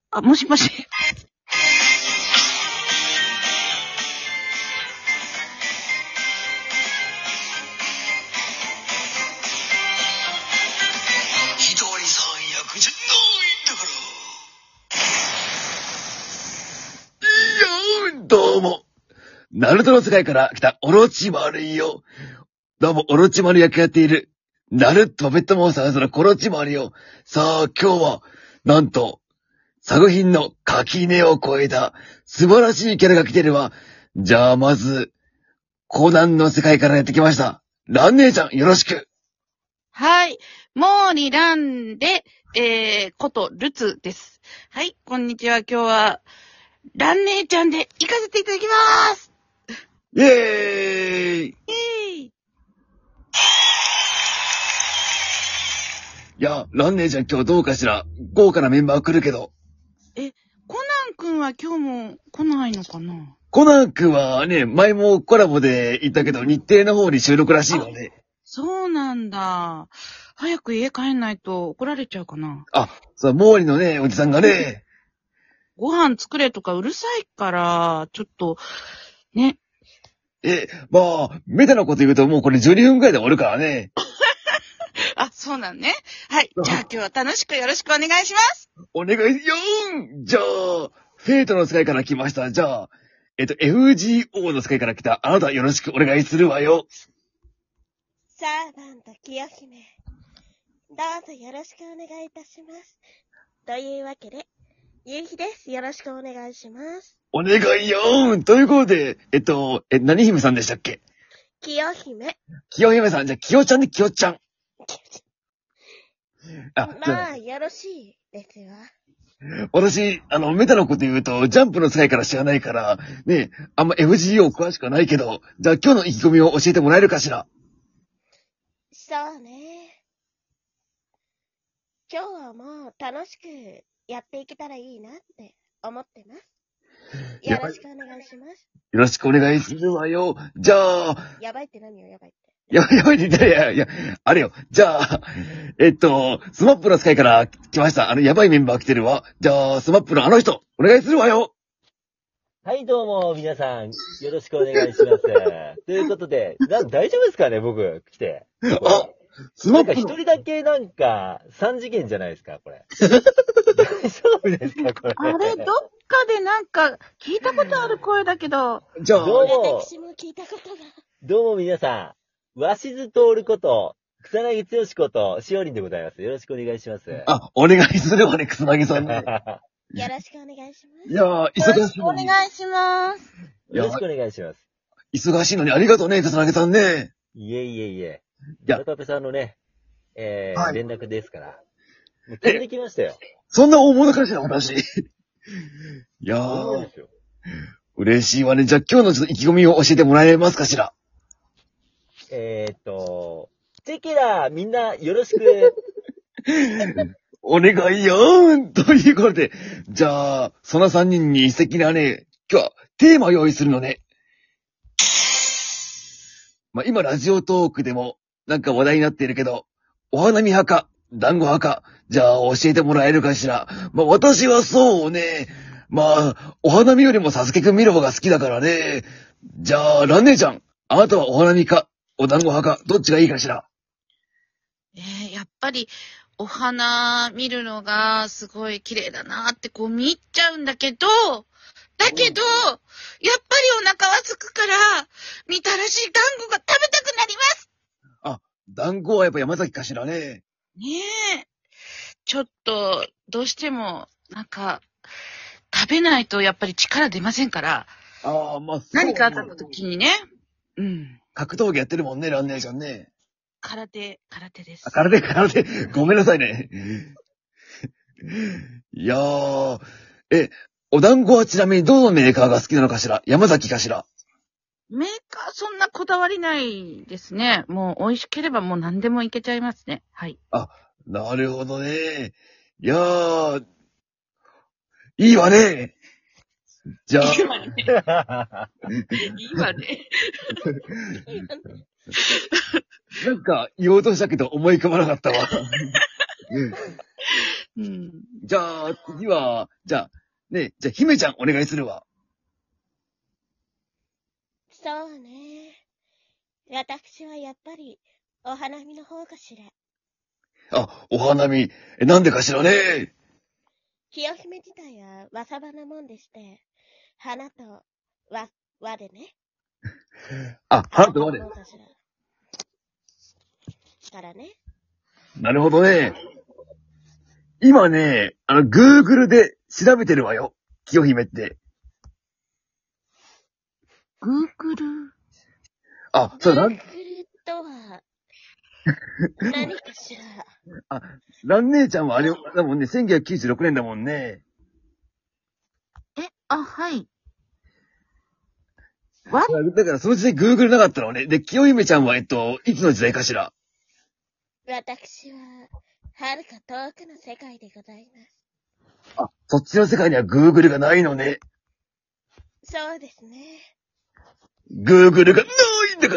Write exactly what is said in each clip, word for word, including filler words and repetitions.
あ、もしもし。 ひとりさん役じゃないんだから。いやー、どうも。ナルトの世界から来たオロチマルよ。どうも、オロチマル役やっている。ナルトペットモンスターズのコロチマルよ。さあ、今日は、なんと、作品の垣根を越えた素晴らしいキャラが来てるわ。じゃあ、まず、コナンの世界からやってきました。ラン姉ちゃん、よろしく。 はい。モーリランで、えー、ことルツです。はい。こんにちは。今日は、ラン姉ちゃんで行かせていただきます。 イェーイ。 イェーイ。 いや、ラン姉ちゃん今日どうかしら。豪華なメンバー来るけど。 え、コナン君は今日も来ないのかな？ コナン君はね、前もコラボで言ったけど、日程の方に収録らしいわね。 そうなんだ。早く家帰んないと怒られちゃうかな。 あ、そう、毛利のね、おじさんがね。 ご飯作れとかうるさいから、ちょっと、ね。 え、まあ、メタのこと言うともうこれじゅうにふんくらいで終わるからね。 あ、そうなんね。はい。じゃあ今日は楽しくよろしくお願いします。 お願いよーん。じゃあ、フェイトの世界から来ました。じゃあ、えっと、エフジーオー の世界から来たあなたよろしくお願いするわよ。 サーバント清姫、どうぞよろしくお願いいたします。というわけで、ゆうひです。よろしくお願いします。 お願いよーん。ということで、えっと、え、何姫さんでしたっけ？ 清姫。 清姫さん。じゃあ、清ちゃんで清ちゃん。あ、 まあ、よろしいですわ。 私、あの、メタのこと言うと、ジャンプの世界から知らないから、ね、あんま エフジーオー 詳しくはないけど、じゃあ今日の意気込みを教えてもらえるかしら？ そうね。今日はもう楽しくやっていけたらいいなって思ってます。よろしくお願いします。 よろしくお願いするわよ。じゃあ、 やばいって何よ、やばいって。 やばいやばいって、いやいや、いや、あれよ。じゃあ、えっと、スマップの世界から来ました。あの、やばいメンバー来てるわ。じゃあ、スマップのあの人、お願いするわよ。 はい、どうも、皆さん、よろしくお願いします。ということで、な大丈夫ですかね、僕、来て。 あ、スマップの。 なんか一人だけなんか、三次元じゃないですか、これ。大丈夫ですか、これ。 あれ、どっかでなんか、聞いたことある声だけど。 じゃあ、 どうも、 私も聞いたことが。 どうも皆さん、わしずとおること、草薙剛こと、しおりんでございます。よろしくお願いします。 あ、お願いするわね、草薙さんね。 よろしくお願いします。 いやー、 よろ忙しくおしいのに。 願いします。 よろしくお願いします。 忙しいのにありがとうね、草薙さんね。 いえいえいえ。 いや村田さんのね、えーはい連絡ですから。もう飛んできましたよ。 そんな大物からしな、私。いやーそうで、すよ。 嬉しいわね。じゃあ今日のちょっと意気込みを教えてもらえますかしら。 えーっと、チェケラみんなよろしく。 お願いよーということで、じゃあ、その三人に素敵なね、今日はテーマを用意するのね。まあ、今ラジオトークでもなんか話題になっているけど、お花見派か、団子派か、じゃあ教えてもらえるかしら。まあ、私はそうね、まあ、お花見よりもサスケくん見る方が好きだからね。じゃあ、ラン姉ちゃん、あなたはお花見か、お団子派か、どっちがいいかしら。 えー、やっぱり、お花見るのがすごい綺麗だなってこう見入っちゃうんだけど、だけど、やっぱりお腹は空くから、みたらし団子が食べたくなります。 あ、団子はやっぱ山崎かしらね。 ねえ。ちょっと、どうしても、なんか、食べないとやっぱり力出ませんから、 ああ、まあ、そう何かあった時にね、うん。 格闘技やってるもんね、ラン姉ちゃんね。 空手、空手ですあ、。空手、空手。ごめんなさいね。いやー、え、お団子はちなみにどのメーカーが好きなのかしら？山崎かしら？ メーカーそんなこだわりないですね。もう美味しければもう何でもいけちゃいますね。はい。 あ、なるほどね。いやー、いいわね。じゃあ、 いいわね。いいわね。 なんか言おうとしたけど思い浮かばなかったわ。 うん。 じゃあ、次は、じゃあ、ね、じゃあ、姫ちゃんお願いするわ。 そうね。私はやっぱり、お花見の方かしら。 あ、お花見。え、なんでかしらね。 清姫自体はわさばなもんでして、花と和、和でね。 あ、花と和で合う。かしら。からね。 なるほどね。今ね、あの、Google で調べてるわよ。清姫って。 グーグル。 あ、そう、ラン、 グーグルとは、何かしら。 あ、ラン姉ちゃんはあれだもんね、せんきゅうひゃくきゅうじゅうろくねんだもんね。 え、あ、はい。わだからその時代 Google なかったのね。で、清姫ちゃんは、えっと、いつの時代かしら。 私は、はるか遠くの世界でございます。 あ、そっちの世界には Google がないのね。 そうですね。 Google がないんだから。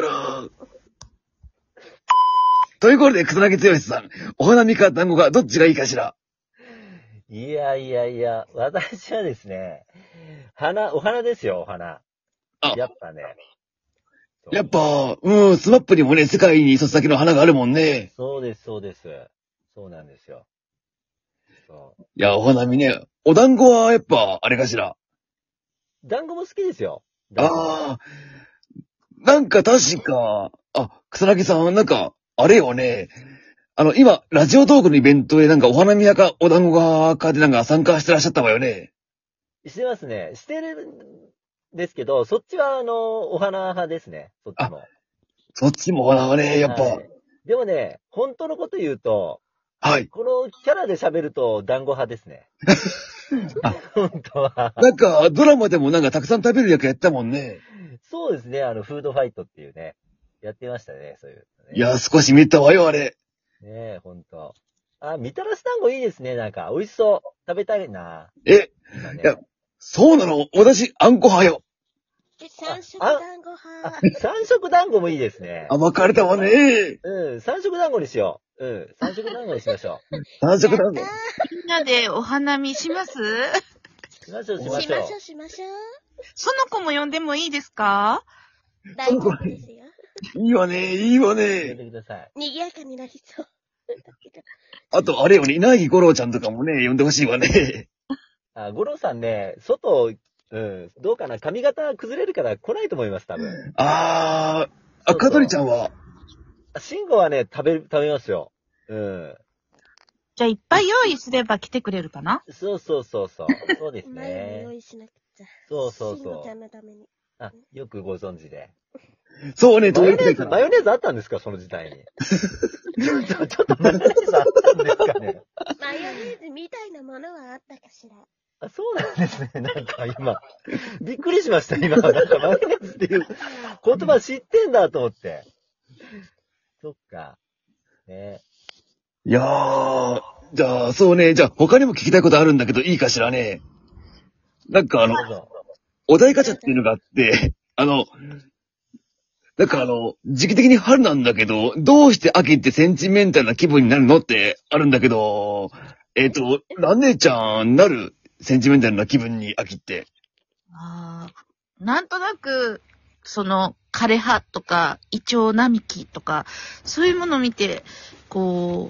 ということで、草薙剛さん、お花見か団子かどっちがいいかしら。 いやいやいや、私はですね、花、お花ですよ、お花。 あやっぱね。そうやっぱ、うん、スマップにもね、世界に一つだけの花があるもんね。 そうです、そうです。そうなんですよ。そいや、お花見ね。お団子はやっぱ、あれかしら。 う。団子も好きですよ。団子もああ、なんか確か、あ、草薙さん、なんか、あれよね。あの、今、ラジオトークのイベントでなんかお花見屋かお団子屋かでなんか参加してらっしゃったわよね。 してますね。してるんですけど、そっちは、あの、お花派ですね。そっちも。 そっちもお花はね、やっぱ、 はい。でもね、本当のこと言うと、 はい。 このキャラで喋ると団子派ですね。 あ本当は。 なんか、ドラマでもなんかたくさん食べる役やったもんね。 そうですね、あの、フードファイトっていうね、やってましたね、そういうのね。 いや、少し見たわよ、あれ。 ねえ、ほんと。あ、みたらし団子いいですね、なんか。美味しそう。食べたいな。 え、 今ねいや、そうなの私、あんこ派よ。 で、三色団子あ派。、 三色団子もいいですね。 あ、分かれたわね。 うん、三色団子にしよう。うん、三色団子にしましょ三色団子やっ。 みんなでお花見しますう。しましょう、しましょうしましょ。う、しましょう。 その子も呼んでもいいですか？ 大丈夫ですよ。 いいわね、いいわやってね。 ください。 賑やかになりそう。 あと、あれよね、稲木五郎ちゃんとかもね、呼んでほしいわね。 あ、五郎さんね、外、うん、どうかな、髪型崩れるから来ないと思います、多分。 あー、あ、 そうそう香取ちゃんは、 慎吾はね、食べる、食べますよ。うん。 じゃあいっぱい用意すれば来てくれるかな？ そうそうそうそう。そうです前に用ね。 意しなくちゃ。 そうそうしんごちゃそんのために。 あ、よくご存知で。 そうね、 マヨネーズ、 遠いから。 マヨネーズあったんですか、その時代に。ちょっと、ちょっとマヨネーズあったんですかね。 マヨネーズみたいなものはあったかしら。 あ、そうなんですね。なんか今、びっくりしました、今。なんかマヨネーズっていう言葉知ってんだと思って。そっか。ね。 いやー、じゃあ、そうね、じゃあ、他にも聞きたいことあるんだけど、いいかしらね。なんかあの、 どうぞ。 お題ガチャっていうのがあって、あの、なんかあの、時期的に春なんだけど、どうして秋ってセンチメンタルな気分になるのってあるんだけど、えっ、と、ラン姉ちゃんなるセンチメンタルな気分に秋って。 あーなんとなく、その、枯葉とか、イチョウ並木とか、そういうものを見て、こ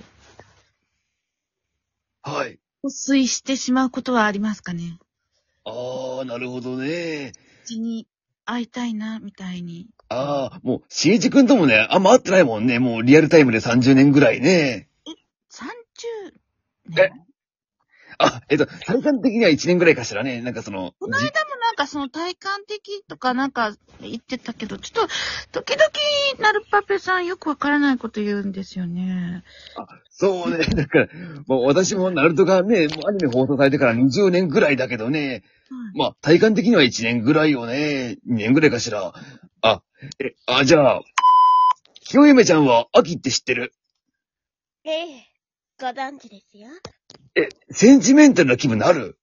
はい。 う、放水してしまうことはありますかね。 あー、なるほどね。 うちに会いたいな、みたいに。 あー、もう、しんいちくんともね、あんま会ってないもんね。もうリアルタイムでさんじゅうねんぐらいね。 さんじゅうねん。 えあ、えっと、体感的にはいちねんぐらいかしらね。なんかその、 この間もなんかその体感的とかなんか言ってたけど、ちょっと、時々、なるぱぺさんよくわからないこと言うんですよね。 そうね。だから、もう私もナルトがね、もうアニメ放送されてからにじゅうねんぐらいだけどね。まあ、体感的にはいちねんぐらいよね。にねんぐらいかしら。あ、え、あ、じゃあ、清姫ちゃんは秋って知ってる？ ええ、ご存知ですよ。 え、センチメンタルな気分なる？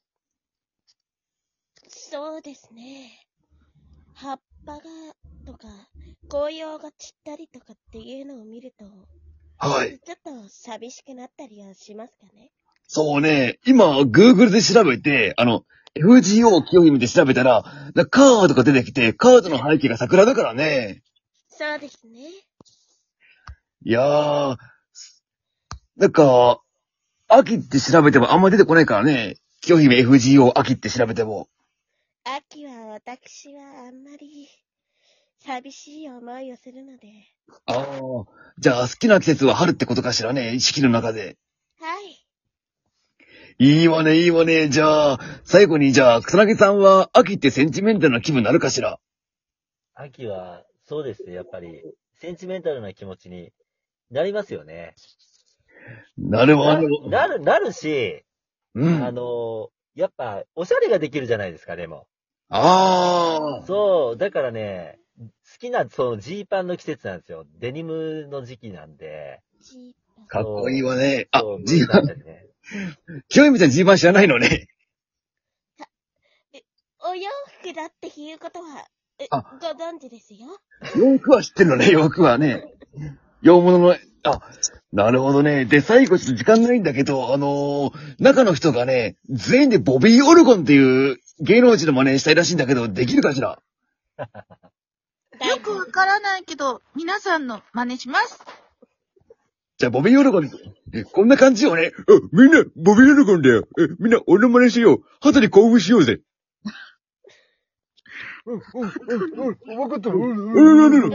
そうですね。葉っぱが、とか、紅葉が散ったりとかっていうのを見ると、 はい。 ちょっと寂しくなったりはしますかね。 そうね、今、Google で調べて、あの、エフジーオー 清姫で調べたら、なカードが出てきて、カードの背景が桜だからね。 そうですね。 いやー、なんか、秋って調べてもあんま出てこないからね。清姫 エフジーオー 秋って調べても。 秋は私はあんまり寂しい思いをするので。 ああ、じゃあ好きな季節は春ってことかしらね、四季の中で。 はい。 いいわね、いいわね。じゃあ、最後にじゃあ、草薙さんは秋ってセンチメンタルな気分になるかしら。 秋は、そうですね、やっぱり、センチメンタルな気持ちになりますよね。 なるわなね。 なる、なるし、 うん。 あの、やっぱ、おしゃれができるじゃないですか、でも。 ああ。 そう、だからね、好きな、そのジーパンの季節なんですよ。デニムの時期なんで。 ジーかっこいいわね。あそう、 ジーパン脱いだりね。 清美ちゃんジーパン知らないのね。 お洋服だっていうことは、えあご存知ですよ。 洋服は知ってるのね、洋服はね。洋物の、あ、なるほどね。で、最後ちょっと時間ないんだけど、あのー中の人がね、全員でボビー・オルゴンっていう芸能人の真似したいらしいんだけど、できるかしら。 よくわからないけど、皆さんの真似します。 じゃあ、ボビー・オルゴン、えこんな感じよね。あ、みんな、ボビー・オルゴンだよ。えみんな、俺の真似しよう。後に興奮しようぜ。うん、うん、うん、うん、わかった。うん、うん、うん、うん、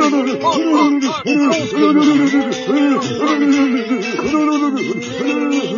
うん。